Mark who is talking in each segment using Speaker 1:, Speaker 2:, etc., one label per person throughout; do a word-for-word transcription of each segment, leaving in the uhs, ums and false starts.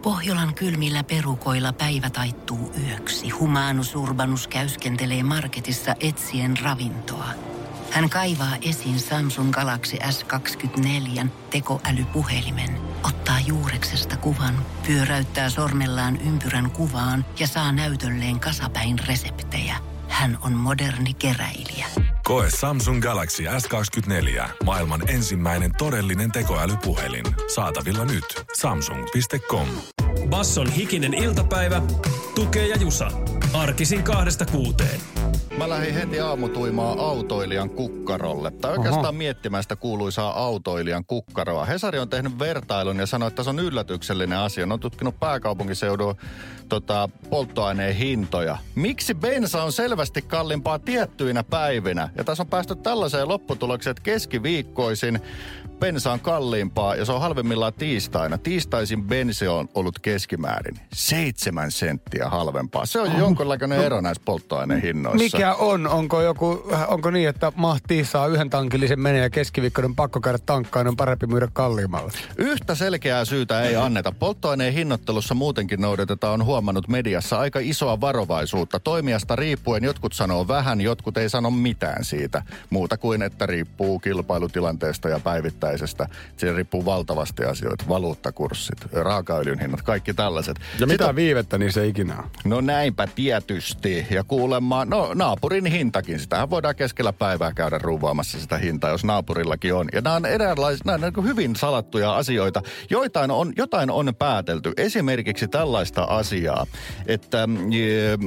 Speaker 1: Pohjolan kylmillä perukoilla päivä taittuu yöksi. Humanus Urbanus käyskentelee marketissa etsien ravintoa. Hän kaivaa esiin Samsung Galaxy S kaksikymmentäneljä tekoälypuhelimen, ottaa juureksesta kuvan, pyöräyttää sormellaan ympyrän kuvaan ja saa näytölleen kasapäin reseptejä. Hän on moderni keräilijä.
Speaker 2: Koe Samsung Galaxy S kaksikymmentäneljä. Maailman ensimmäinen todellinen tekoälypuhelin. Saatavilla nyt. samsung piste com.
Speaker 3: Basson hikinen iltapäivä. Tukee ja Jusa. Arkisin kahdesta kuuteen.
Speaker 4: Mä lähdin heti aamutuimaan autoilijan kukkarolle. Tai oikeastaan Oho. miettimään sitä kuuluisaa autoilijan kukkaroa. Hesari on tehnyt vertailun ja sanoi, että se on yllätyksellinen asia. Ne on tutkinut pääkaupunkiseudun tota, polttoaineen hintoja. Miksi bensa on selvästi kalliimpaa tiettyinä päivinä? Ja tässä on päästy tällaiseen lopputulokseen, että keskiviikkoisin bensa on kalliimpaa ja se on halvemmillaan tiistaina. Tiistaisin bensi on ollut keskimäärin seitsemän senttiä halvempaa. Se on oh. jonkinlainen ero näissä polttoaineen hinnoissa.
Speaker 5: Mikä on? Onko, joku, onko niin, että mahtii saa yhden tankillisen menee ja keskiviikkoinen pakko käydä tankkaan, on parempi myydä kalliimmalla?
Speaker 4: Yhtä selkeää syytä ei anneta. Polttoaineen hinnoittelussa muutenkin noudatetaan, on huomannut mediassa aika isoa varovaisuutta. Toimijasta riippuen jotkut sanoo vähän, jotkut ei sano mitään siitä. Muuta kuin, että riippuu kilpailutilanteesta ja päivittäisestä. Siinä riippuu valtavasti asioita. Valuuttakurssit, raakaöljyn hinnat, kaikki tällaiset.
Speaker 5: Ja mitä viivettä niin se ikinä on?
Speaker 4: No näinpä tietysti. Ja kuulemma, no naapurin hintakin. Sitähän voidaan keskellä päivää käydä ruuvaamassa sitä hintaa, jos naapurillakin on. Ja nämä on eräänlaisia, nämä on hyvin salattuja asioita. Joitain on, jotain on päätelty. Esimerkiksi tällaista asiaa, että Je,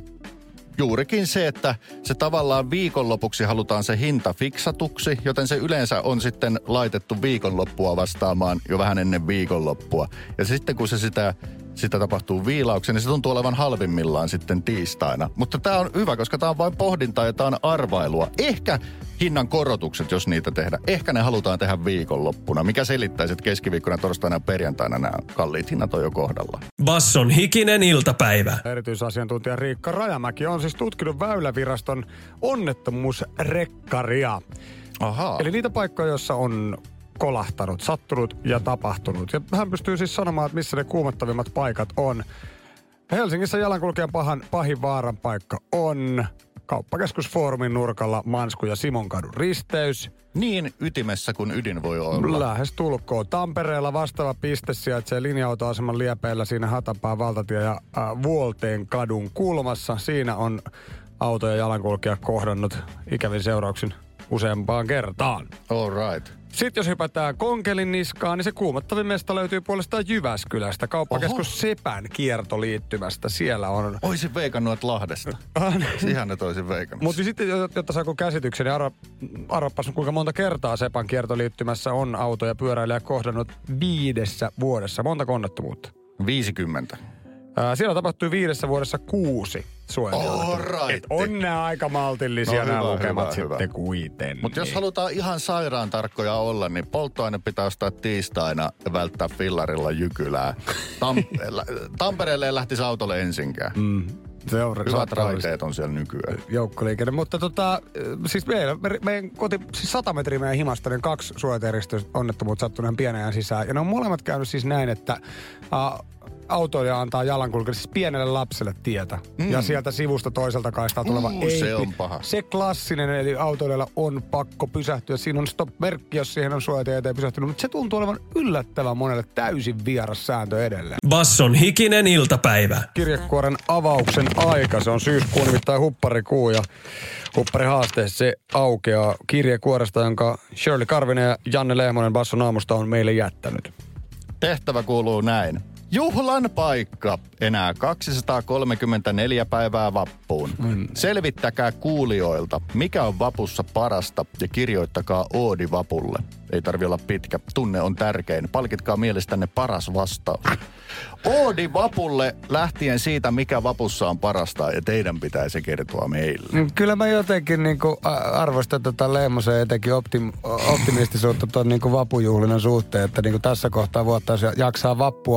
Speaker 4: juurikin se, että se tavallaan viikonlopuksi halutaan se hinta fiksatuksi, joten se yleensä on sitten laitettu viikonloppua vastaamaan jo vähän ennen viikonloppua. Ja sitten kun se sitä, sitä tapahtuu viilauksen, niin se tuntuu olevan halvimmillaan sitten tiistaina. Mutta tämä on hyvä, koska tämä on vain pohdintaa ja tämä on arvailua. Ehkä hinnan korotukset, jos niitä tehdään, ehkä ne halutaan tehdä viikonloppuna. Mikä selittäisi, että keskiviikkona, torstaina ja perjantaina nämä kalliit hinnat on jo kohdalla.
Speaker 3: Basson hikinen iltapäivä.
Speaker 5: Erityisasiantuntija Riikka Rajamäki on siis tutkinut Väyläviraston onnettomuusrekkaria.
Speaker 4: Ahaa.
Speaker 5: Eli niitä paikkoja, joissa on kolahtanut, sattunut ja tapahtunut. Ja hän pystyy siis sanomaan, että missä ne kuumottavimmat paikat on. Helsingissä jalankulkijan pahan, pahin vaaran paikka on Kauppakeskusfoorumin nurkalla Mansku ja Simonkadun risteys.
Speaker 4: Niin ytimessä kuin ydin voi olla.
Speaker 5: Lähes tulkoon. Tampereella vastaava piste sijaitsee linja-autoaseman liepeillä siinä Hatapää valtatie ja äh, Vuolteen kadun kulmassa. Siinä on auto ja jalankulkija kohdannut ikävin seurauksin useampaan kertaan.
Speaker 4: All right.
Speaker 5: Sitten jos hypätään Konkelin niskaan, niin se kuumottavin mesta löytyy puolestaan Jyväskylästä. Kauppakeskus Oho. Sepän kiertoliittymästä. Siellä on...
Speaker 4: Oisin veikannut, että Lahdesta. Ihan ne toisin veikannut.
Speaker 5: Mutta sitten, jotta saako käsityksen, niin arvo, arvopas kuinka monta kertaa Sepän kiertoliittymässä on auto- ja pyöräilijä kohdannut viidessä vuodessa. Monta onnettomuutta?
Speaker 4: viisikymmentä.
Speaker 5: Ää, siellä tapahtui viidessä vuodessa kuusi suojelijaa.
Speaker 4: Right.
Speaker 5: On ne aika maltillisia no, nämä lukemat
Speaker 4: hyvä,
Speaker 5: sitten
Speaker 4: hyvä.
Speaker 5: kuitenkin.
Speaker 4: Mutta jos halutaan ihan sairaan tarkkoja olla, niin polttoaine pitää ostaa tiistaina ja välttää fillarilla Jykylää. Tam- Tampereelle ei lähtisi autolle ensinkään.
Speaker 5: Mm. Se on,
Speaker 4: Hyvät raiteet on siellä nykyään.
Speaker 5: Joukkoliikenne, mutta tota, siis meillä, me, meidän koti, siis sata metriä meidän himasta, niin kaksi suojatieristöistä onnettomuutta sattuneen pienen sisään. Ja ne on molemmat käynyt siis näin, että uh, autoilija antaa jalankulkijalle, siis pienelle lapselle tietä. Mm. Ja sieltä sivusta toiselta kaistaa tuleva
Speaker 4: uh,
Speaker 5: ei.
Speaker 4: Se on paha.
Speaker 5: Se klassinen, eli autoilijalla on pakko pysähtyä. Siinä on stop-merkki, jos siihen on suojatie eteen pysähtynyt. Mutta se tuntuu olevan yllättävän monelle täysin vieras sääntö edelleen.
Speaker 3: Basson hikinen iltapäivä.
Speaker 5: Kirjekuoren avauksen aika. Se on syyskuun nimittäin hupparikuu ja hupparihaasteessa se aukeaa kirjekuoresta, jonka Shirley Karvinen ja Janne Lehmonen Basson aamusta on meille jättänyt.
Speaker 4: Tehtävä kuuluu näin. Juhlan paikka. Enää kaksisataakolmekymmentäneljä päivää vappuun. Mm. Selvittäkää kuulijoilta, mikä on vapussa parasta ja kirjoittakaa oodi vapulle. Ei tarvi olla pitkä. Tunne on tärkein. Palkitkaa mielestänne paras vastaus. Oodi vapulle lähtien siitä, mikä vapussa on parasta ja teidän pitää se kertoa meille.
Speaker 5: Kyllä mä jotenkin niinku arvostan tota Lehmosen etenkin optim, optimistisuutta tuon niinku vapujuhlinen suhteen, että niinku tässä kohtaa vuotta jaksaa vappua ajatella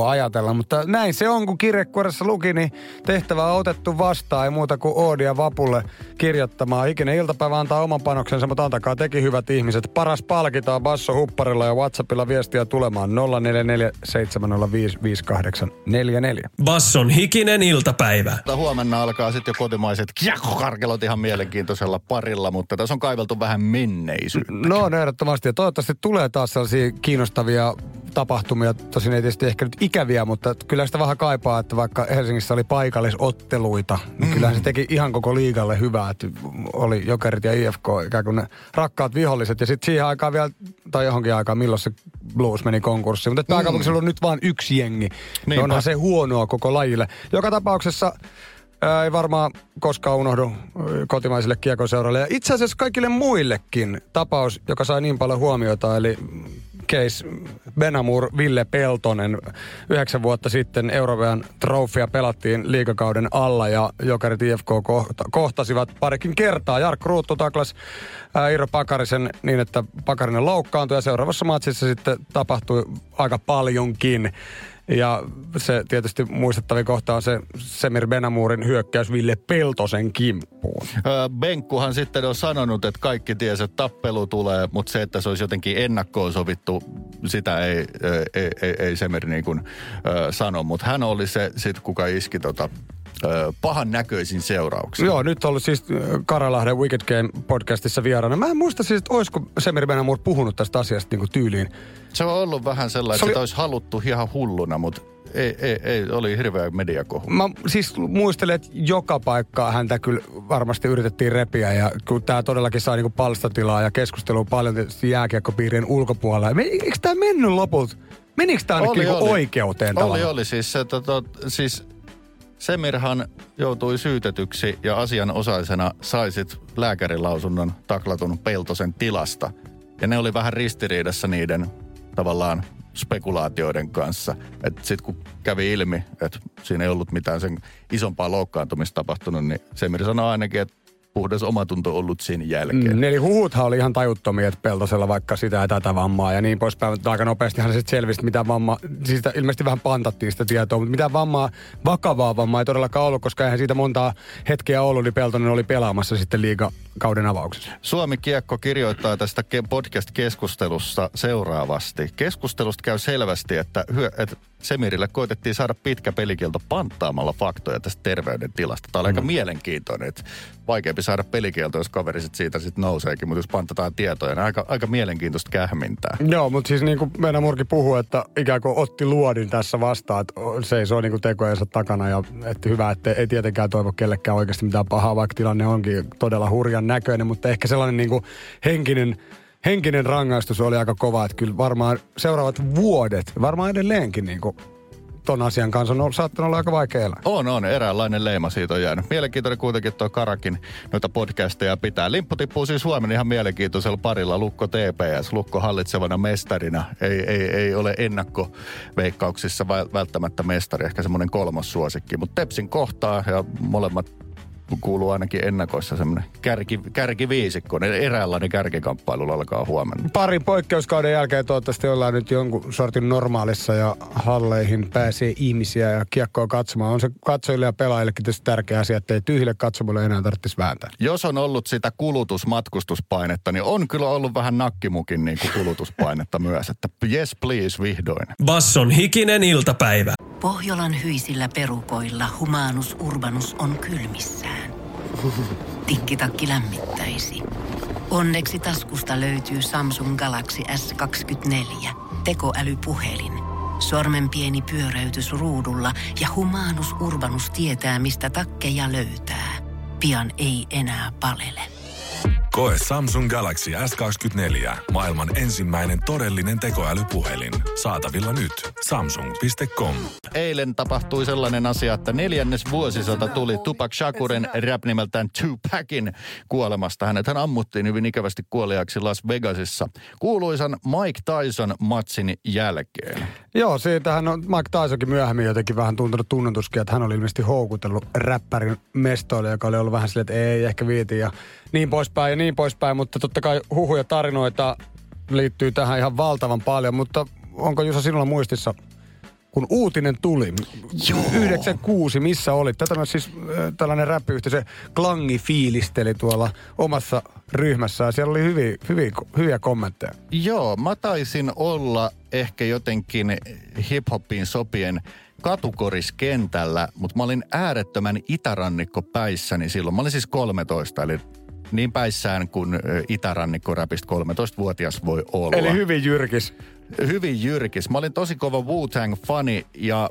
Speaker 5: parilla. Mutta näin se on, kun kirjekuoressa luki, niin tehtävä on otettu vastaan. Ei muuta kuin Oodia Vapulle kirjoittamaan. Hikinen iltapäivä antaa oman panoksensa, mutta antakaa teki hyvät ihmiset. Paras palkitaan Basso Hupparilla ja WhatsAppilla viestiä tulemaan nolla neljä neljä seitsemän nolla viisi viisi kahdeksan neljä neljä.
Speaker 3: Basson hikinen iltapäivä.
Speaker 4: Huomenna alkaa sitten jo kotimaiset kiekkokarkelot ihan mielenkiintoisella parilla, mutta tässä on kaiveltu vähän menneisyyttä.
Speaker 5: No on ehdottomasti ja toivottavasti tulee taas sellaisia kiinnostavia tapahtumia. Tosin ei tietysti ehkä nyt ikäviä, mutta kyllä sitä vähän kaipaa, että vaikka Helsingissä oli paikallisotteluita, niin mm. kyllähän se teki ihan koko liigalle hyvää, että oli Jokerit ja I F K ikään kuin ne rakkaat viholliset. Ja sitten siihen aikaan vielä, tai johonkin aikaan, milloin se Blues meni konkurssiin. Mutta pääkaupunkisella on nyt vaan yksi jengi. Niin onhan se huonoa koko lajille. Joka tapauksessa ää, ei varmaan koskaan unohdu kotimaisille kiekoseuroille. Ja itse asiassa kaikille muillekin tapaus, joka sai niin paljon huomiota, eli case Benamur Ville Peltonen. Yhdeksän vuotta sitten European Trofea pelattiin liigakauden alla ja Jokerit I F K kohtasivat parikin kertaa. Jarkko Ruuttu taklas ää, Iiro Pakarisen niin, että Pakarinen loukkaantui ja seuraavassa matsissa sitten tapahtui aika paljonkin. Ja se tietysti muistettavin kohta on se Semir Benamurin hyökkäys Ville Peltosen kimppuun.
Speaker 4: Öö, Benkkuhan sitten on sanonut, että kaikki tiesi, että tappelu tulee, mutta se, että se olisi jotenkin ennakkoon sovittu, sitä ei, ei, ei, ei Semir niin kuin ö, sano. Mutta hän oli se sit, kuka iski tota ö, pahan näköisin seurauksia.
Speaker 5: Joo, nyt on ollut siis Karalahden Wicked Game podcastissa vieraana. Mä en muista siis, että olisiko Semir Benamur puhunut tästä asiasta niin kuin tyyliin.
Speaker 4: Se on ollut vähän sellainen, oli... että olisi haluttu ihan hulluna, mutta ei, ei, ei oli hirveä mediakohu.
Speaker 5: Mä siis muistelen, että joka paikkaa häntä kyllä varmasti yritettiin repiä ja kun tää todellakin sai niinku palstatilaa ja keskustelua paljon jääkiekkopiirien ulkopuolella. Eikö tää mennyt lopulta? Menikö tää ainakin niinku oikeuteen
Speaker 4: oli,
Speaker 5: tavallaan?
Speaker 4: Oli, oli. Siis, se, to, to, siis Semirhan joutui syytetyksi ja asianosaisena saisit lääkärilausunnon taklatun Peltosen tilasta. Ja ne oli vähän ristiriidassa niiden tavallaan spekulaatioiden kanssa. Että sitten kun kävi ilmi, että siinä ei ollut mitään sen isompaa loukkaantumista tapahtunut, niin Semir sanoi ainakin, että puhdas omatunto ollut siinä jälkeen.
Speaker 5: Mm, eli huhuthan oli ihan tajuttomia, että Peltosella vaikka sitä ja tätä vammaa ja niin poispäin. Mutta aika nopeastihan se sitten selvisi, mitä vammaa, siis ilmeisesti vähän pantattiin sitä tietoa, mutta mitä vammaa, vakavaa vammaa ei todellakaan ollut, koska eihän siitä montaa hetkeä ollut, niin Peltonen oli pelaamassa sitten liigakauden avauksessa.
Speaker 4: Suomi Kiekko kirjoittaa tästä podcast-keskustelussa seuraavasti. Keskustelusta käy selvästi, että, hyö, että Semirille koitettiin saada pitkä pelikielto panttaamalla faktoja tästä terveydentilasta. Tämä on mm. aika mielenkiintoinen, että vaikeampi saada pelikielto, jos kaveri sit siitä sitten nouseekin, mutta jos pantataan tietoja, niin aika, aika mielenkiintoista kähmintää.
Speaker 5: Joo, mutta siis niin kuin meidän Murki puhuu, että ikään kuin otti luodin tässä vastaan, että seisoo niin kuin tekojensa takana ja että hyvä, että ei tietenkään toivo kellekään oikeasti mitään pahaa, vaikka tilanne onkin todella hurjan näköinen, mutta ehkä sellainen niin kuin henkinen Henkinen rangaistus oli aika kova, että kyllä varmaan seuraavat vuodet, varmaan edelleenkin niin kuin ton asian kanssa on saattanut olla aika vaikea elää.
Speaker 4: On, on. Eräänlainen leima siitä on jäänyt. Mielenkiintoinen kuitenkin tuo Karakin noita podcasteja pitää. Limppu tippuu siis huomenna ihan mielenkiintoisella parilla. Lukko T P S, Lukko hallitsevana mestarina. Ei, ei, ei ole ennakkoveikkauksissa välttämättä mestari, ehkä semmoinen kolmas suosikki. Mutta Tepsin kohtaa ja molemmat kuuluu ainakin ennakoissa semmoinen kärki, kärkiviisikko. Eräänlainen kärkikamppailu alkaa huomenna.
Speaker 5: Parin poikkeuskauden jälkeen toivottavasti ollaan nyt jonkun sortin normaalissa ja halleihin pääsee ihmisiä ja kiekkoa katsomaan. On se katsojille ja pelaajillekin tietysti tärkeä asia, että ei tyhjille katsomulle enää tarvitsisi vääntää.
Speaker 4: Jos on ollut sitä kulutusmatkustuspainetta, niin on kyllä ollut vähän nakkimukin niin kuin kulutuspainetta myös. Että yes please vihdoin.
Speaker 3: Basson hikinen iltapäivä.
Speaker 1: Pohjolan hyisillä perukoilla Humanus Urbanus on kylmissään. Tikkitakki lämmittäisi. Onneksi taskusta löytyy Samsung Galaxy S kaksikymmentäneljä. Tekoälypuhelin. Sormen pieni pyöräytys ruudulla ja Humanus Urbanus tietää, mistä takkeja löytää. Pian ei enää palele.
Speaker 2: Koe Samsung Galaxy S kaksikymmentäneljä. Maailman ensimmäinen todellinen tekoälypuhelin. Saatavilla nyt. Samsung piste com.
Speaker 4: Eilen tapahtui sellainen asia, että neljännes vuosisata tuli Tupac Shakurin rap nimeltään Tupacin kuolemasta. Hänethän ammuttiin hyvin ikävästi kuoliaaksi Las Vegasissa kuuluisan Mike Tyson-matsin jälkeen.
Speaker 5: Joo, siitähän on Mike Tysonkin myöhemmin jotenkin vähän tuntunut tunnetuskin, että hän oli ilmeisesti houkutellut räppärin mestoille, joka oli ollut vähän silleen, että ei ehkä viiti ja niin poispäin ja niin poispäin, mutta totta kai huhuja tarinoita liittyy tähän ihan valtavan paljon, mutta onko Jusa sinulla muistissa kun uutinen tuli. Joo. yhdeksänkymmentäkuusi, missä olit? Tätä on siis äh, tällainen räppiyhteisö Klangi fiilisteli tuolla omassa ryhmässään. Siellä oli hyviä, hyviä, hyviä kommentteja.
Speaker 4: Joo, mä taisin olla ehkä jotenkin hip-hopiin sopien katukoriskentällä, mutta mä olin äärettömän itärannikko päissäni silloin. Mä olin siis kolmetoista, eli niin päissään kuin itärannikkoräpistä kolmetoistavuotias voi olla.
Speaker 5: Eli hyvin jyrkis.
Speaker 4: Hyvin jyrkis. Mä olin tosi kova Wu-Tang-fani ja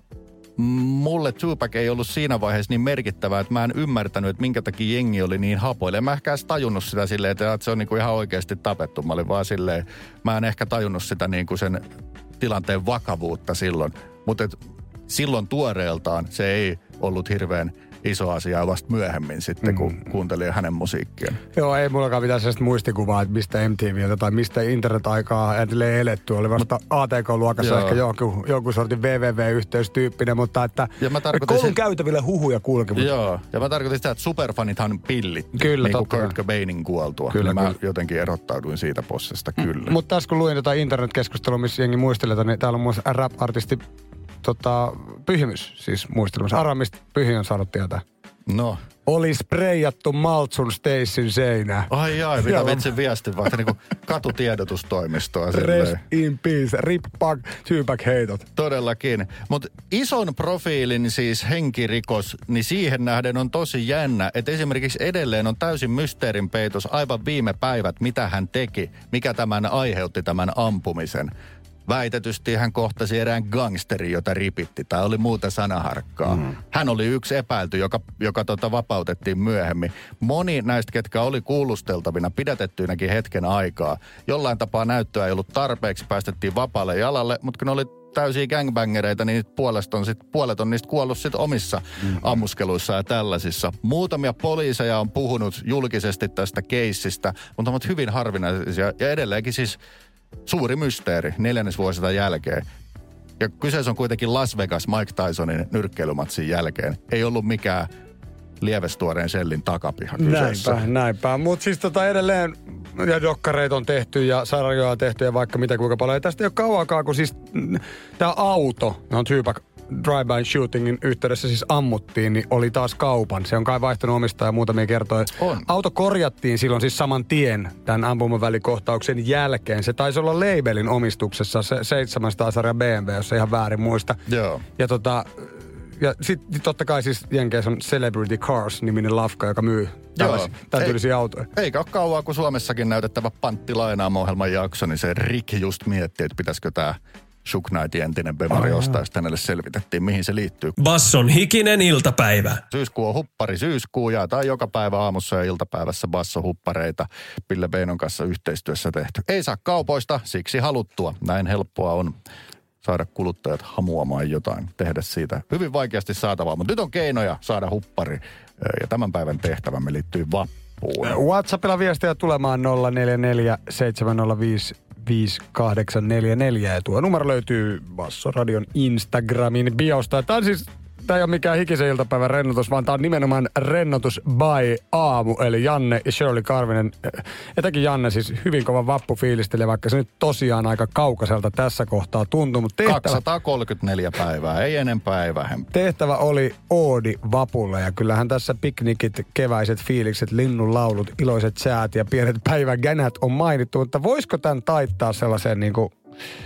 Speaker 4: mulle Tupac ei ollut siinä vaiheessa niin merkittävää, että mä en ymmärtänyt, että minkä takia jengi oli niin hapoille. Mä ehkä edes tajunnut sitä silleen, että se on niinku ihan oikeasti tapettu. Mä olin vaan silleen, mä en ehkä tajunnut sitä niinku sen tilanteen vakavuutta silloin. Mutta silloin tuoreeltaan se ei ollut hirveän iso asia vasta myöhemmin sitten, kun mm. kuuntelin hänen musiikkiaan.
Speaker 5: Joo, ei mullakaan mitään sellaista muistikuvaa, että mistä M T V:ltä tai mistä internet-aikaa ajattelee eletty. Oli vasta A T K-luokassa joo. ehkä joku, joku sortin W W V-yhteystyyppinen, mutta että koulun se... käytävillä huhuja kulki. Mutta...
Speaker 4: Joo, ja mä tarkoitin sitä, että superfanithan pillit.
Speaker 5: Kyllä,
Speaker 4: niin kuin Kurt Cobainin kuoltua. Kyllä, niin kyllä. Mä jotenkin erottauduin siitä possesta, kyllä.
Speaker 5: M- mutta tässä kun luin jotain internetkeskustelua, missä jengi muistelee, niin täällä on myös rap-artisti Tota, Pyhimys, siis muistelmassa. Aramista Pyhi on saanut tietää.
Speaker 4: No.
Speaker 5: Oli spreijattu Maltsun Stacyn seinään.
Speaker 4: Ai ai, mitä vitsin viestin, vaikka niinku katutiedotustoimistoa.
Speaker 5: Rest in peace, rip Pug, Tupac heitot.
Speaker 4: Todellakin. Mutta ison profiilin siis henkirikos, niin siihen nähden on tosi jännä, että esimerkiksi edelleen on täysin mysteerin peitos aivan viime päivät, mitä hän teki, mikä tämän aiheutti tämän ampumisen. Väitetysti hän kohtasi erään gangsterin, jota ripitti, tai oli muuta sanaharkkaa. Mm. Hän oli yksi epäilty, joka, joka tota vapautettiin myöhemmin. Moni näistä, ketkä oli kuulusteltavina, pidätettyinäkin hetken aikaa. Jollain tapaa näyttöä ei ollut tarpeeksi, päästettiin vapaalle jalalle, mutta kun ne oli täysiä gangbangereita, niin puolet on, sit, puolet on niistä kuollut sit omissa mm. ammuskeluissa ja tällaisissa. Muutamia poliiseja on puhunut julkisesti tästä keissistä, mutta ovat hyvin harvinaisia ja edelleenkin siis suuri mysteeri neljännesvuosisadan jälkeen. Ja kyseessä on kuitenkin Las Vegas Mike Tysonin nyrkkeilymatsin jälkeen. Ei ollut mikään lievestuoreen sellin takapiha kyseessä.
Speaker 5: Näinpä, näinpä. Mutta siis tota edelleen, ja dokkareita on tehty ja sarjoja on tehty ja vaikka mitä kuinka paljon. Ja tästä ei ole kauankaan, kun siis tämä auto, on Tupac drive-by shootingin yhteydessä siis ammuttiin, niin oli taas kaupan. Se on kai vaihtanut omistaja muutamia kertoja.
Speaker 4: On.
Speaker 5: Auto korjattiin silloin siis saman tien tämän ampumavälikohtauksen jälkeen. Se taisi olla labelin omistuksessa, se seitsemänsataa-sarja B M W, jos ei ihan väärin muista.
Speaker 4: Joo.
Speaker 5: Ja tota... Ja sitten totta kai siis Jenkeissä on Celebrity Cars-niminen lafka, joka myy tämän tyylisiä autoja.
Speaker 4: Eikä ole kauaa, kun Suomessakin näytettävä panttilainaamo-ohjelman jakso, niin se Rick just mietti, että pitäisikö tämä Shook Knightin entinen bemari ostaa, sitten hänelle selvitettiin, mihin se liittyy.
Speaker 3: Basson hikinen iltapäivä.
Speaker 4: Syyskuu on huppari syyskuu, jaetaan joka päivä aamussa ja iltapäivässä Basso-huppareita. Pille Beinon kanssa yhteistyössä tehty. Ei saa kaupoista, siksi haluttua. Näin helppoa on saada kuluttajat hamuamaan jotain, tehdä siitä hyvin vaikeasti saatavaa. Mutta nyt on keinoja saada huppari ja tämän päivän tehtävämme liittyy vappuun.
Speaker 5: WhatsAppilla viestiä tulemaan nolla neljä neljä seitsemän nolla viisi viisi kahdeksan neljä neljä ja tuo numero löytyy Basso Radion Instagramin biosta. Tämä on siis... Tämä ei ole mikään hikisen iltapäivän rennotus, vaan tämä on nimenomaan rennotus by aamu, eli Janne ja Shirley Karvinen. Etäkin Janne siis hyvin kova vappufiilistelijä, vaikka se nyt tosiaan aika kaukaiselta tässä kohtaa tuntuu. Mutta tehtävä,
Speaker 4: kaksisataakolmekymmentäneljä päivää, ei enempää, ei vähempää.
Speaker 5: Tehtävä oli oodi vapulle ja kyllähän tässä piknikit, keväiset fiilikset, linnun laulut, iloiset säät ja pienet päivägänät on mainittu. Mutta voisiko tämän taittaa sellaiseen niin kuin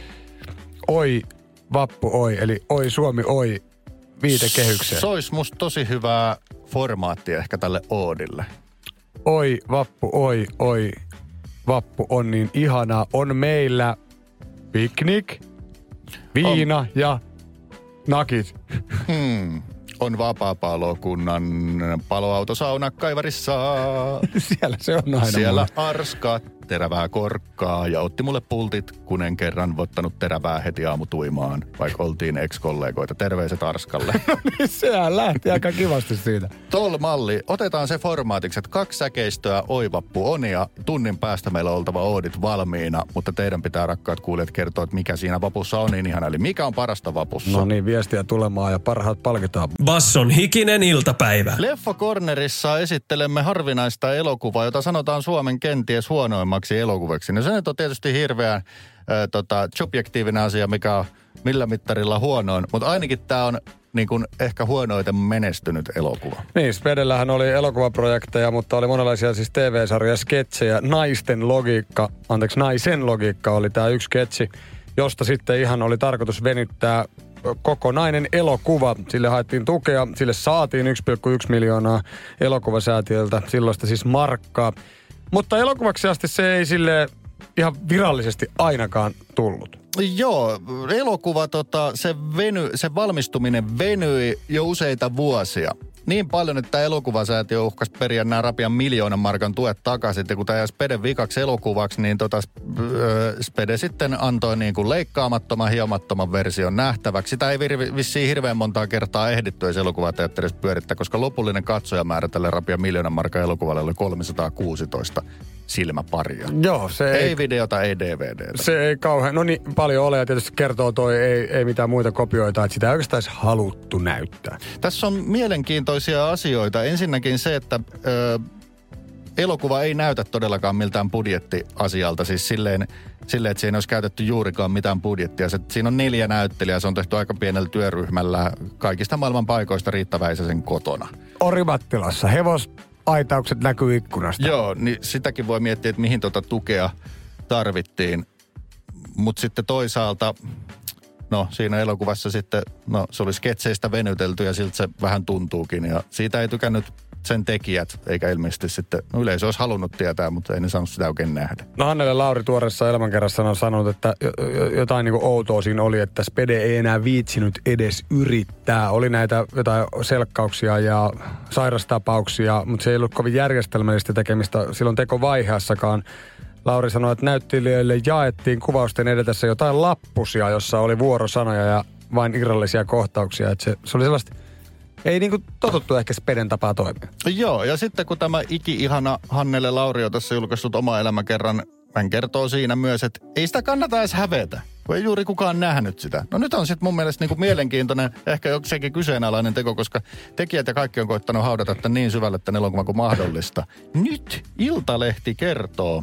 Speaker 5: oi vappu oi, eli oi Suomi oi viitekehykseen?
Speaker 4: Se olisi musta tosi hyvää formaattia ehkä tälle oodille.
Speaker 5: Oi vappu, oi, oi. Vappu on niin ihanaa. On meillä piknik, viina on. Ja nakit.
Speaker 4: Hmm. On vapaa-palokunnan paloautosauna Kaivarissa.
Speaker 5: Siellä se on aina.
Speaker 4: Siellä arskat, terävää korkkaa ja otti mulle pultit, kun en kerran ottanut terävää heti aamutuimaan, vaikka oltiin ex-kollegoita. Terveiset Arskalle.
Speaker 5: No niin, sehän lähti aika kivasti siitä.
Speaker 4: Tol malli, otetaan se formaatiksi, että kaksi säkeistöä oi vappu on ja tunnin päästä meillä on oltava oodit valmiina, mutta teidän pitää rakkaat kuulijat kertoa, että mikä siinä vapussa on niin ihana. Eli mikä on parasta vapussa?
Speaker 5: No niin, viestiä tulemaan ja parhaat palkitaan.
Speaker 3: Basson hikinen iltapäivä.
Speaker 4: Leffa Cornerissa esittelemme harvinaista elokuvaa, jota sanotaan Suomen kenties huonoimmaksi elokuvaksi. No se nyt on tietysti hirveän äh, tota, subjektiivinen asia, mikä on millä mittarilla huonoin, mutta ainakin tämä on niin kuin ehkä huonoiten menestynyt elokuva.
Speaker 5: Niin, Spedellähän oli elokuvaprojekteja, mutta oli monenlaisia siis T V-sarjoja, sketsejä. Naisten logiikka, anteeksi, naisen logiikka oli tämä yksi sketsi, josta sitten ihan oli tarkoitus venyttää kokonainen elokuva. Sille haettiin tukea, sille saatiin yksi pilkku yksi miljoonaa elokuvasäätiöltä, silloista siis markkaa. Mutta elokuvaksi asti se ei sille ihan virallisesti ainakaan tullut.
Speaker 4: Joo, elokuva, tota, se, veny, se valmistuminen venyi jo useita vuosia. Niin paljon, että elokuvasäätiö uhkasi periä nämä rapian miljoonan markan tuet takaisin. Ja kun tämä jäi Speden vikaksi elokuvaksi, niin tota, Spede sitten antoi niin kuin leikkaamattoman, hiomattoman version nähtäväksi. Sitä ei vissiin hirveän montaa kertaa ehditty edes elokuvateatterissa pyörittää, koska lopullinen katsojamäärä tälle rapian miljoonan markan elokuvalle oli kolmesataakuusitoista silmäparia.
Speaker 5: Joo, se ei...
Speaker 4: Ei videota, ei D V D:tä.
Speaker 5: Se ei kauhean, no niin paljon ole ja tietysti kertoo toi, ei, ei mitään muita kopioita, että sitä ei oikeastaan edes haluttu näyttää.
Speaker 4: Tässä on mielenkiintoisia asioita. Ensinnäkin se, että ö, elokuva ei näytä todellakaan miltään budjettiasialta, siis silleen, silleen, että siinä ei olisi käytetty juurikaan mitään budjettia. Se, siinä on neljä näyttelijää, se on tehty aika pienellä työryhmällä kaikista maailman paikoista Riitta Väisäsen kotona.
Speaker 5: Orimattilassa, hevos... Aitaukset näkyy ikkunasta.
Speaker 4: Joo, niin sitäkin voi miettiä, että mihin tuota tukea tarvittiin. Mutta sitten toisaalta, no siinä elokuvassa sitten, no se oli sketseistä venytelty ja siltä se vähän tuntuukin. Ja siitä ei tykännyt sen tekijät, eikä ilmeisesti sitten, no yleisö olisi halunnut tietää, mutta ei ne saanut sitä oikein nähdä.
Speaker 5: No Hannele Lauri tuoreessa elämänkerrassa on sanonut, että jotain niin kuin outoa siinä oli, että Spede ei enää viitsinyt edes yrittää. Oli näitä jotain selkkauksia ja sairastapauksia, mutta se ei ollut kovin järjestelmällistä tekemistä silloin tekovaiheessakaan. Lauri sanoi, että näyttelijöille jaettiin kuvausten edetessä jotain lappusia, jossa oli vuorosanoja ja vain irrallisia kohtauksia. Että se, se oli sellaista... Ei niinku totuttu ehkä Speden tapaa toimia.
Speaker 4: Joo, ja sitten kun tämä iki-ihana Hannele Lauri on tässä julkaissut oma elämäkerran, hän kertoo siinä myös, että ei sitä kannata edes hävetä, kun ei juuri kukaan nähnyt sitä. No nyt on sitten mun mielestä niinku mielenkiintoinen, ehkä jokseenkin kyseenalainen teko, koska tekijät ja kaikki on koittanut haudata tämän niin syvälle tämän elokuvan kuin mahdollista. Nyt Iltalehti kertoo...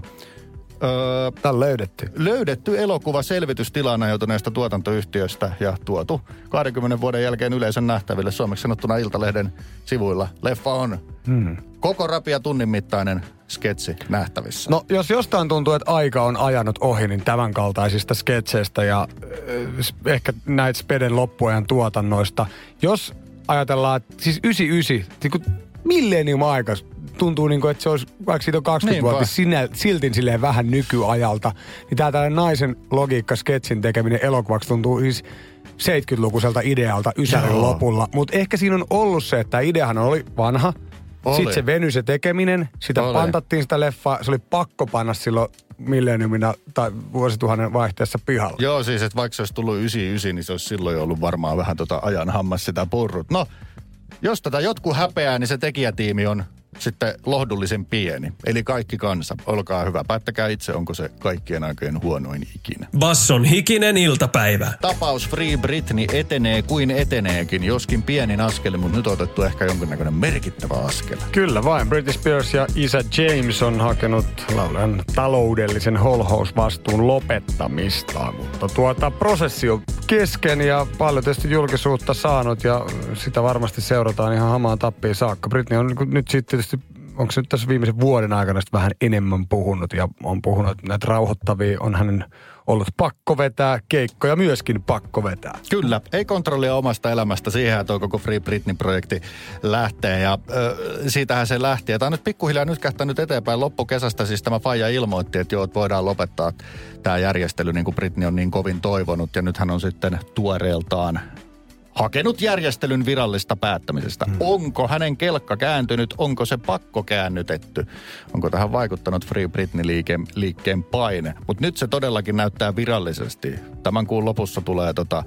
Speaker 4: Öö,
Speaker 5: Tämä on löydetty.
Speaker 4: Löydetty elokuva selvitystilaan ajautuneesta tuotantoyhtiöstä ja tuotu kahdenkymmenen vuoden jälkeen yleisön nähtäville suomeksi sanottuna Iltalehden sivuilla. Leffa on hmm. koko rapia tunnin mittainen sketsi nähtävissä.
Speaker 5: No jos jostain tuntuu, että aika on ajanut ohi, niin tämän kaltaisista sketseistä ja äh, ehkä näitä Speden loppuajan tuotannoista. Jos ajatellaan, että siis yhdeksänkymmentäyhdeksän, niin kuin millennium aikas, tuntuu niin kuin, että se olisi, vaikka siitä on kaksikymmentä vuotta, sinä, silti silleen vähän nykyajalta. Niin tää tällainen naisen logiikka sketsin tekeminen elokuvaksi tuntuu siis seitsemänkymmentälukuiselta idealta Ysärin Joo. lopulla. Mutta ehkä siinä on ollut se, että ideahan oli vanha. Oli. Sitten se venyi se tekeminen. Sitä oli. Pantattiin sitä leffaa. Se oli pakko panna silloin millenniumina tai vuosituhannen vaihteessa pihalla.
Speaker 4: Joo, siis että vaikka se olisi tullut yhdeksänkymmentäyhdeksän, niin se olisi silloin ollut varmaan vähän tota ajan hammas sitä purrut. No, jos tätä jotkut häpeää, niin se tekijätiimi on sitten lohdullisen pieni. Eli kaikki kansa. Olkaa hyvä. Päättäkää itse, onko se kaikkien aikojen huonoin ikinä.
Speaker 3: Basson hikinen iltapäivä.
Speaker 4: Tapaus Free Britney etenee kuin eteneekin. Joskin pienin askel, mutta nyt on otettu ehkä jonkinnäköinen merkittävä askel.
Speaker 5: Kyllä vain. Britney Spears ja isä James on hakenut laulajan taloudellisen holhousvastuun lopettamista. Mutta tuota prosessi on kesken ja paljon tietysti julkisuutta saanut ja sitä varmasti seurataan ihan hamaan tappiin saakka. Britney on nyt sitten onko se nyt tässä viimeisen vuoden aikana vähän enemmän puhunut ja on puhunut, että näitä rauhoittavia on hänen ollut pakko vetää, keikkoja myöskin pakko vetää.
Speaker 4: Kyllä, ei kontrollia omasta elämästä, siihen tuo koko Free Britney-projekti lähtee ja ö, siitähän se lähti. Ja tämä on nyt pikkuhiljaa nyt kähtänyt eteenpäin loppukesästä, siis tämä faija ilmoitti, että joo, että voidaan lopettaa tämä järjestely niin kuin Britney on niin kovin toivonut ja nyt hän on sitten tuoreeltaan hakenut järjestelyn virallista päättämisestä. Hmm. Onko hänen kelkka kääntynyt? Onko se pakko käännytetty? Onko tähän vaikuttanut Free Britney-liikkeen paine? Mutta nyt se todellakin näyttää virallisesti. Tämän kuun lopussa tulee tota,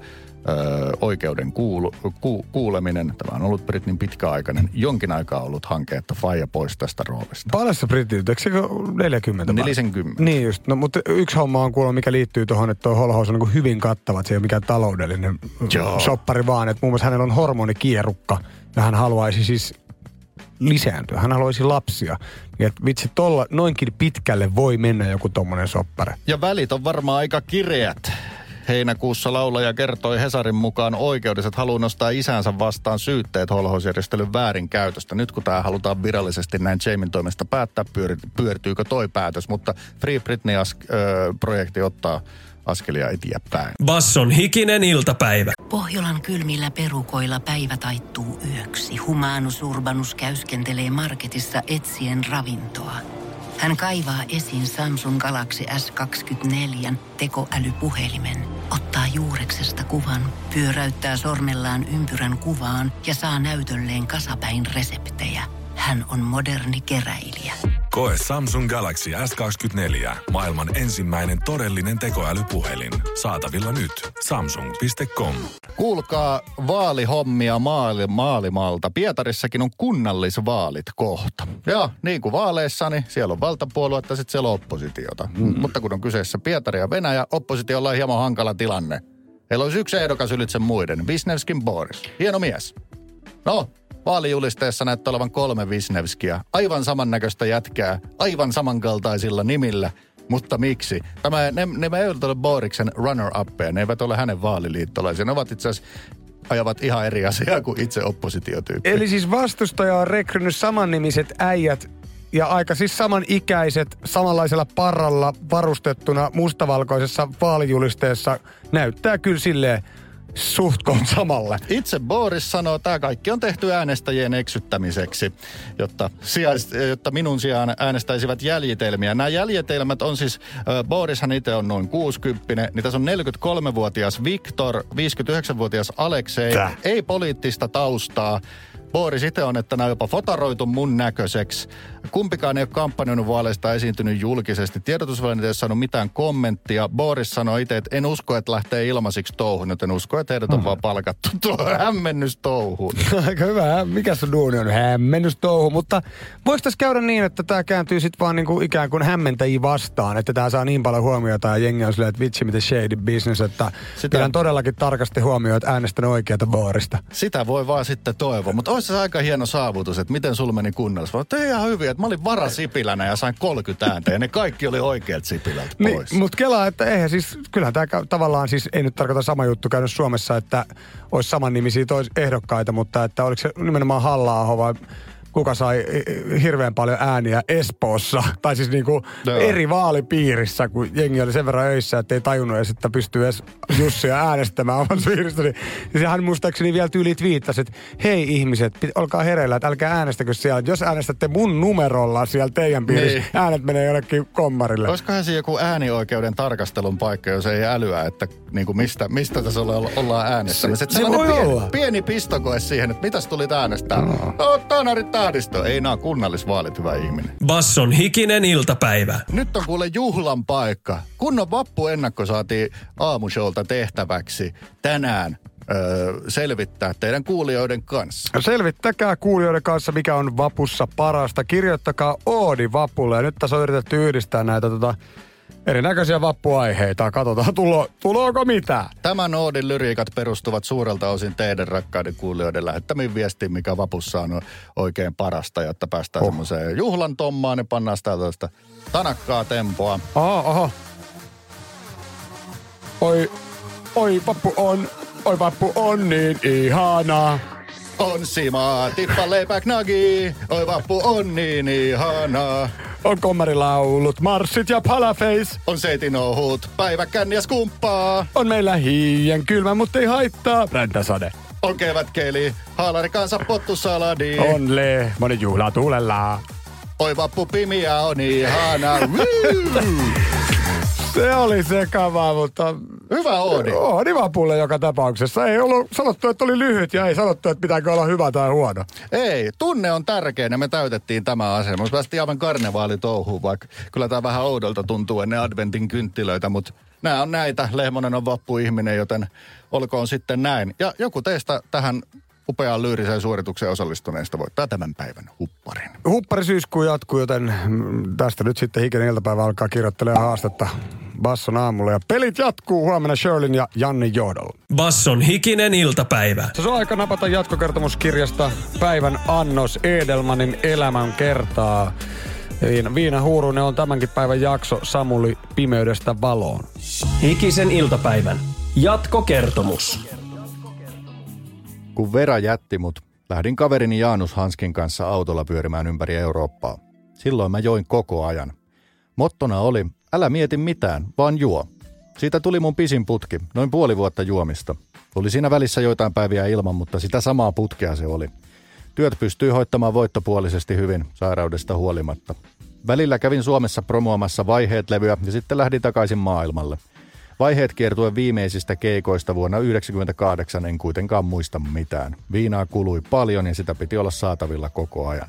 Speaker 4: ö, oikeuden kuulu, ku, kuuleminen. Tämä on ollut Britneyn pitkäaikainen, jonkin aikaa ollut hanke, että faija pois tästä roolista.
Speaker 5: Paljon se Britney, eikö se neljäkymmentä?
Speaker 4: neljäkymmentä.
Speaker 5: Niin just, no mutta yksi homma on kuulemma, mikä liittyy tuohon, että tuo holhous on niin hyvin kattava, että se ei ole mikään taloudellinen Joo. shoppari vaan, että muun muassa hänellä on hormonikierukka ja hän haluaisi siis lisääntyä, hän haluaisi lapsia. Ja että vitsi, tolla noinkin pitkälle voi mennä joku tommonen soppari.
Speaker 4: Ja välit on varmaan aika kireät. Heinäkuussa laulaja kertoi Hesarin mukaan oikeudelliset haluaa nostaa isänsä vastaan syytteet holhousjärjestelyn väärinkäytöstä. Nyt kun tämä halutaan virallisesti näin Jamin toimesta päättää, pyörtyykö toi päätös, mutta Free Britney-projekti ottaa askelia eteenpäin.
Speaker 3: Basson hikinen iltapäivä.
Speaker 1: Pohjolan kylmillä perukoilla päivä taittuu yöksi. Humanus Urbanus käyskentelee marketissa etsien ravintoa. Hän kaivaa esiin Samsung Galaxy S kaksikymmentäneljä tekoälypuhelimen, ottaa juureksesta kuvan, pyöräyttää sormellaan ympyrän kuvaan ja saa näytölleen kasapäin reseptejä. Hän on moderni keräilijä.
Speaker 2: Koe Samsung Galaxy S kaksikymmentäneljä. Maailman ensimmäinen todellinen tekoälypuhelin. Saatavilla nyt. samsung piste com.
Speaker 4: Kuulkaa vaalihommia maali, Maalimaalta. Pietarissakin on kunnallisvaalit kohta. Ja niin kuin vaaleissa, niin siellä on valtapuoluetta, sitten siellä on oppositiota. Mm. Mutta kun on kyseessä Pietari ja Venäjä, oppositiolla on hieman hankala tilanne. Heillä olisi yksi ehdokas ylitse muiden. Wisniewskin Boris. Hieno mies. No, vaalijulisteessa näyttää olevan kolme Wisniewskia. Aivan samannäköistä jätkää, aivan samankaltaisilla nimillä. Mutta miksi? Tämä, ne, ne eivät ole Boriksen runner-uppeja, ne eivät ole hänen vaaliliittolaisia. Ne ovat itse asiassa ajavat ihan eri asiaa kuin itse oppositiotyyppi.
Speaker 5: Eli siis vastustaja on rekrynyt samannimiset äijät ja aika siis samanikäiset, samanlaisella parralla varustettuna mustavalkoisessa vaalijulisteessa. Näyttää kyllä silleen suht koht samalle.
Speaker 4: Itse Boris sanoo, että tämä kaikki on tehty äänestäjien eksyttämiseksi, jotta, sijais, jotta minun sijaan äänestäisivät jäljitelmiä. Nämä jäljitelmät on siis, äh, Borishan itse on noin kuusikymmentä, niin tässä on neljäkymmentäkolmevuotias Viktor, viisikymmentäyhdeksänvuotias Aleksei, Tää. ei poliittista taustaa. Boris itse on, että nämä on jopa fotaroitu mun näköiseksi. Kumpikaan ei ole kampanjoinut vaaleista esiintynyt julkisesti. Tiedotusvälineet ei ole saanut mitään kommenttia. Boris sanoi itse, että en usko, että lähtee ilmaisiksi touhuun, joten usko, että heidät on hmm. vaan palkattu tuohon hämmennystouhuun.
Speaker 5: Aika hyvä. Mikä sun duuni on? Hämmennystouhu. Mutta voiko tässä käydä niin, että tämä kääntyy sitten vaan niinku ikään kuin hämmentäjiä vastaan, että tämä saa niin paljon huomiota ja jengi on silleen, että vitsi miten shady business, että sitä pidän todellakin tarkasti huomioon, että äänestän oikeata Borista.
Speaker 4: Sitä voi vaan sitten toivoa, mutta olisi se aika hieno saavutus, että miten sulla meni kunnallis. Mutta ihan hyvin, että mä olin varasipilänä ja sain kolmekymmentä ääntä ja ne kaikki oli oikeat Sipilältä pois.
Speaker 5: Niin, mutta kelaa, että eihän siis, kyllähän tämä tavallaan siis, ei nyt tarkoita sama juttu käynyt Suomessa, että olisi samannimisiä tois ehdokkaita, mutta että oliko se nimenomaan Halla-aho vai kuka sai hirveän paljon ääniä Espoossa, tai siis niinku no. eri vaalipiirissä, kun jengi oli sen verran öissä, että ei tajunnut edes, että pystyy edes Jussia äänestämään omassa piirissä. Niin sehän muistaakseni vielä tyyli twiittasi, että hei ihmiset, pit, olkaa hereillä, että älkää äänestäkö siellä. Jos äänestätte mun numerolla siellä teidän piirissä, niin äänet menee jollekin kommarille.
Speaker 4: Olisikohan se joku äänioikeuden tarkastelun paikka, jos ei älyä, että niinku mistä, mistä tässä ollaan äänestämässä. Se, se voi pieni, olla. Pieni pistokoe siihen, että mitäs tulit äänestää. No, no tanarit tahdisto. Ei nää kunnallisvaalit, hyvä ihminen.
Speaker 3: Basson hikinen iltapäivä.
Speaker 4: Nyt on kuule juhlan paikka. Kunnon vappuennakko saatiin aamushowlta tehtäväksi tänään. Öö, selvittää teidän kuulijoiden kanssa.
Speaker 5: Selvittäkää kuulijoiden kanssa, mikä on vapussa parasta. Kirjoittakaa oodi vapulle. Ja nyt tässä on yritetty yhdistää näitä tota, erinäköisiä vappuaiheita. Katsotaan, tulo, tuloako mitään.
Speaker 4: Tämän oodin lyriikat perustuvat suurelta osin teidän rakkaiden kuulijoiden lähettämiin viestiin, mikä vapussa on oikein parasta, jotta päästään oh. semmoiseen juhlan tommaan ja pannaan sitä tällaista tanakkaa tempoa.
Speaker 5: Oho, oho. Oi, oi vappu on, oi vappu on niin ihanaa.
Speaker 4: On simaa, tippa leipä knagi, oi vappu on niin ihanaa.
Speaker 5: On kommarilaulut, marssit ja palaface.
Speaker 4: On seitinohut, päiväkänni ja skumppaa.
Speaker 5: On meillä hiien kylmä, mutta ei haittaa, räntäsade.
Speaker 4: On kevätkeli, haalari kanssa pottusaladi.
Speaker 5: On lehmonen juhla tuulella.
Speaker 4: Oi vappu pimiä on ihana.
Speaker 5: Se oli sekavaa, mutta
Speaker 4: hyvä oodi.
Speaker 5: Oodi vapulle joka tapauksessa. Ei ollut sanottu, että oli lyhyt ja ei sanottu, että pitääkö olla hyvä tai huono.
Speaker 4: Ei, tunne on tärkeä ja me täytettiin tämä asia. Me päästiin aivan karnevaalitouhuun, vaikka kyllä tämä vähän oudolta tuntuu ennen adventin kynttilöitä, mutta nämä on näitä. Lehmonen on vappuihminen, joten olkoon sitten näin. Ja joku teistä tähän upeaan lyyriseen suoritukseen osallistuneista voittaa tämän päivän hupparin.
Speaker 5: Huppari syyskuu jatkuu, joten tästä nyt sitten hikinen iltapäivä alkaa kirjoittelemaan haastetta Basson aamulla. Ja pelit jatkuu huomenna Shirleyn ja Jannin johdolla.
Speaker 3: Basson hikinen iltapäivä.
Speaker 5: Se on aika napata jatkokertomuskirjasta päivän annos Edelmanin elämän kertaa. Viina, Viina Huurunen on tämänkin päivän jakso Samuli pimeydestä valoon.
Speaker 3: Hikisen iltapäivän. Jatkokertomus.
Speaker 4: Kun Vera jätti mut, lähdin kaverini Jaanus Hanskin kanssa autolla pyörimään ympäri Eurooppaa. Silloin mä join koko ajan. Mottona oli, älä mieti mitään, vaan juo. Siitä tuli mun pisin putki, noin puoli vuotta juomista. Oli siinä välissä joitain päiviä ilman, mutta sitä samaa putkea se oli. Työt pystyy hoittamaan voittopuolisesti hyvin, sairaudesta huolimatta. Välillä kävin Suomessa promoamassa Vaiheet-levyä ja sitten lähdin takaisin maailmalle. Vaiheet kiertuen viimeisistä keikoista vuonna yhdeksänkymmentäkahdeksan en kuitenkaan muista mitään. Viinaa kului paljon ja sitä piti olla saatavilla koko ajan.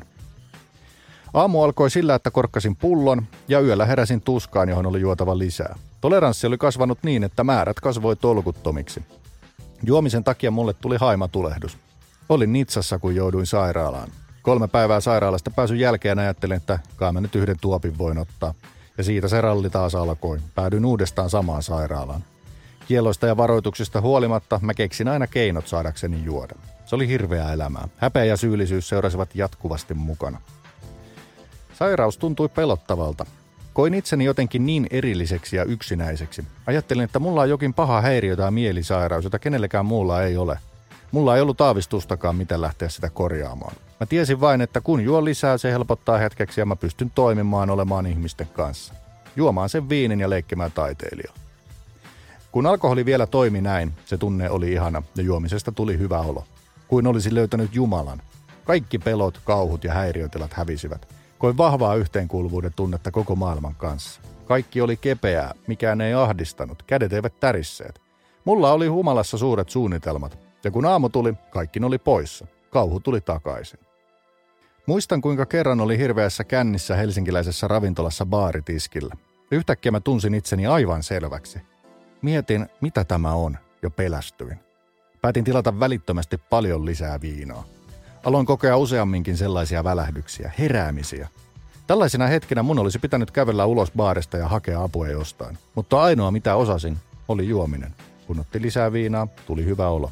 Speaker 4: Aamu alkoi sillä, että korkkasin pullon ja yöllä heräsin tuskaan, johon oli juotava lisää. Toleranssi oli kasvanut niin, että määrät kasvoi tolkuttomiksi. Juomisen takia mulle tuli haimatulehdus. Olin Nitsassa, kun jouduin sairaalaan. Kolme päivää sairaalasta pääsyn jälkeen ajattelin, että kai mä nyt yhden tuopin voin ottaa. Ja siitä se ralli taas alkoi. Päädyin uudestaan samaan sairaalaan. Kielloista ja varoituksista huolimatta mä keksin aina keinot saadakseni juoda. Se oli hirveää elämää. Häpeä ja syyllisyys seurasivat jatkuvasti mukana. Sairaus tuntui pelottavalta. Koin itseni jotenkin niin erilliseksi ja yksinäiseksi. Ajattelin, että mulla on jokin paha häiriö tai mielisairaus, jota kenellekään muulla ei ole. Mulla ei ollut aavistustakaan, miten lähteä sitä korjaamaan. Mä tiesin vain, että kun juon lisää, se helpottaa hetkeksi ja mä pystyn toimimaan, olemaan ihmisten kanssa. Juomaan sen viinin ja leikkimään taiteilijaa. Kun alkoholi vielä toimi näin, se tunne oli ihana ja juomisesta tuli hyvä olo. Kuin olisi löytänyt Jumalan. Kaikki pelot, kauhut ja häiriötilat hävisivät. Koin vahvaa yhteenkuuluvuuden tunnetta koko maailman kanssa. Kaikki oli kepeää, mikään ei ahdistanut, kädet eivät tärisseet. Mulla oli humalassa suuret suunnitelmat. Ja kun aamu tuli, kaikki oli poissa. Kauhu tuli takaisin. Muistan, kuinka kerran oli hirveässä kännissä helsinkiläisessä ravintolassa baaritiskillä. Yhtäkkiä mä tunsin itseni aivan selväksi. Mietin, mitä tämä on, ja pelästyin. Päätin tilata välittömästi paljon lisää viinaa. Aloin kokea useamminkin sellaisia välähdyksiä, heräämisiä. Tällaisina hetkinä mun olisi pitänyt kävellä ulos baarista ja hakea apua jostain. Mutta ainoa mitä osasin, oli juominen. Kun otti lisää viinaa, tuli hyvä olo.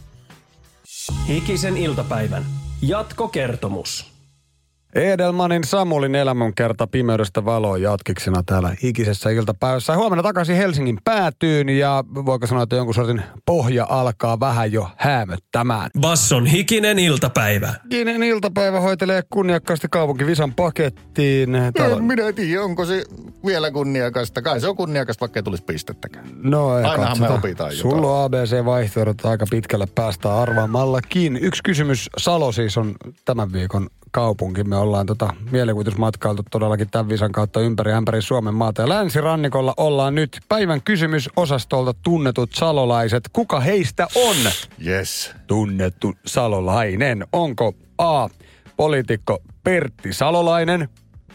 Speaker 3: Hikisen iltapäivän jatkokertomus.
Speaker 5: Edelmanin Samulin elämänkerta pimeydestä valoon jatkiksena täällä Hikisessä iltapäivässä. Huomenna takaisin Helsingin päätyyn ja voiko sanoa, että jonkun sortin pohja alkaa vähän jo häämöttämään.
Speaker 3: Basson hikinen iltapäivä.
Speaker 5: Hikinen iltapäivä hoitelee kunniakkaasti kaupunkivisan pakettiin.
Speaker 4: En minä tiedä, onko se vielä kunniakasta. Kai se on kunniakasta, vaikka ei tulisi pistettäkään.
Speaker 5: No ei
Speaker 4: ainahan
Speaker 5: katsota.
Speaker 4: Me opitaan jotain.
Speaker 5: Sulla on A B C-vaihtoehdot aika pitkälle päästä arvaamallakin. Yksi kysymys. Salo siis on tämän viikon kaupunki. Me ollaan tota mielikuvitusmatkailtu todellakin tämän visan kautta ympäri ämpäri Suomen maata. Ja länsirannikolla ollaan nyt päivän kysymysosastolta tunnetut salolaiset. Kuka heistä on
Speaker 4: Yes.
Speaker 5: tunnettu salolainen? Onko A. poliitikko Pertti Salolainen,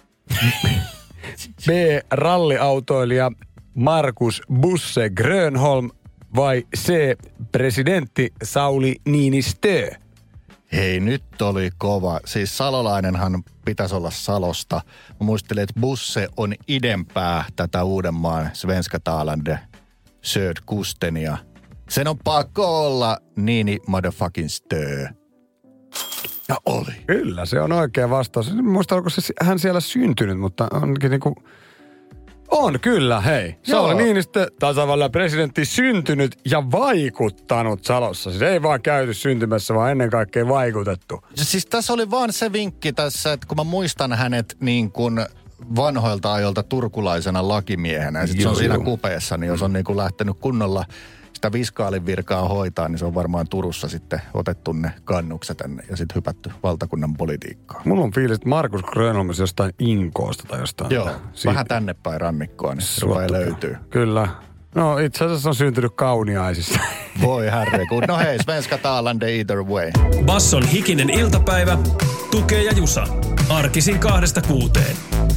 Speaker 5: B. ralliautoilija Markus Busse Grönholm vai C. presidentti Sauli Niinistö?
Speaker 4: Hei, nyt oli kova. Siis salolainenhan pitäisi olla Salosta. Mä muistelin, että Busse on idempää tätä Uudenmaan Svenska Talande Söderkustenia. Sen on pakko olla Niini motherfucking Stö. Ja oli.
Speaker 5: Kyllä, se on oikea vastaus. En muista, onko se hän siellä syntynyt, mutta onkin niinku... On kyllä, hei. Sauli Niinistö, tasavallan presidentti, syntynyt ja vaikuttanut Salossa. Siis ei vaan käyty syntymässä, vaan ennen kaikkea vaikutettu.
Speaker 4: Siis tässä oli vaan se vinkki tässä, että kun mä muistan hänet niin kuin vanhoilta ajoilta turkulaisena lakimiehenä, ja sitten se on siinä kupeessa, niin jos on niin kuin lähtenyt kunnolla sitä viskaalin virkaa hoitaa, niin se on varmaan Turussa sitten otettu ne kannukset tänne ja sitten hypätty valtakunnan politiikkaan.
Speaker 5: Mulla on fiilis, että Markus Grönholm jostain Inkoosta tai jostain.
Speaker 4: Joo, siitä. Vähän tänne päin rannikkoa, niin se rupeaa löytyy.
Speaker 5: Kyllä. No itse asiassa on syntynyt Kauniaisissa.
Speaker 4: Voi herreku. No hei, Svenska Talande either way.
Speaker 3: Basson hikinen iltapäivä, Tukee ja Jusa. Arkisin kahdesta kuuteen.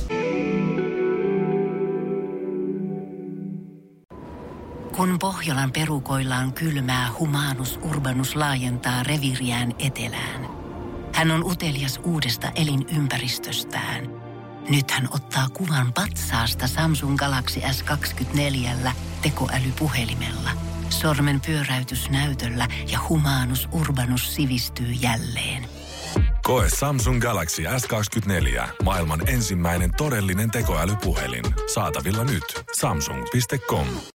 Speaker 1: Kun Pohjolan perukoillaan kylmää, Humanus Urbanus laajentaa reviiriään etelään. Hän on utelias uudesta elinympäristöstään. Nyt hän ottaa kuvan patsaasta Samsung Galaxy S kaksikymmentäneljä tekoälypuhelimella. Sormen pyöräytys näytöllä ja Humanus Urbanus sivistyy jälleen.
Speaker 2: Koe Samsung Galaxy S kaksikymmentäneljä. Maailman ensimmäinen todellinen tekoälypuhelin. Saatavilla nyt. Samsung piste com.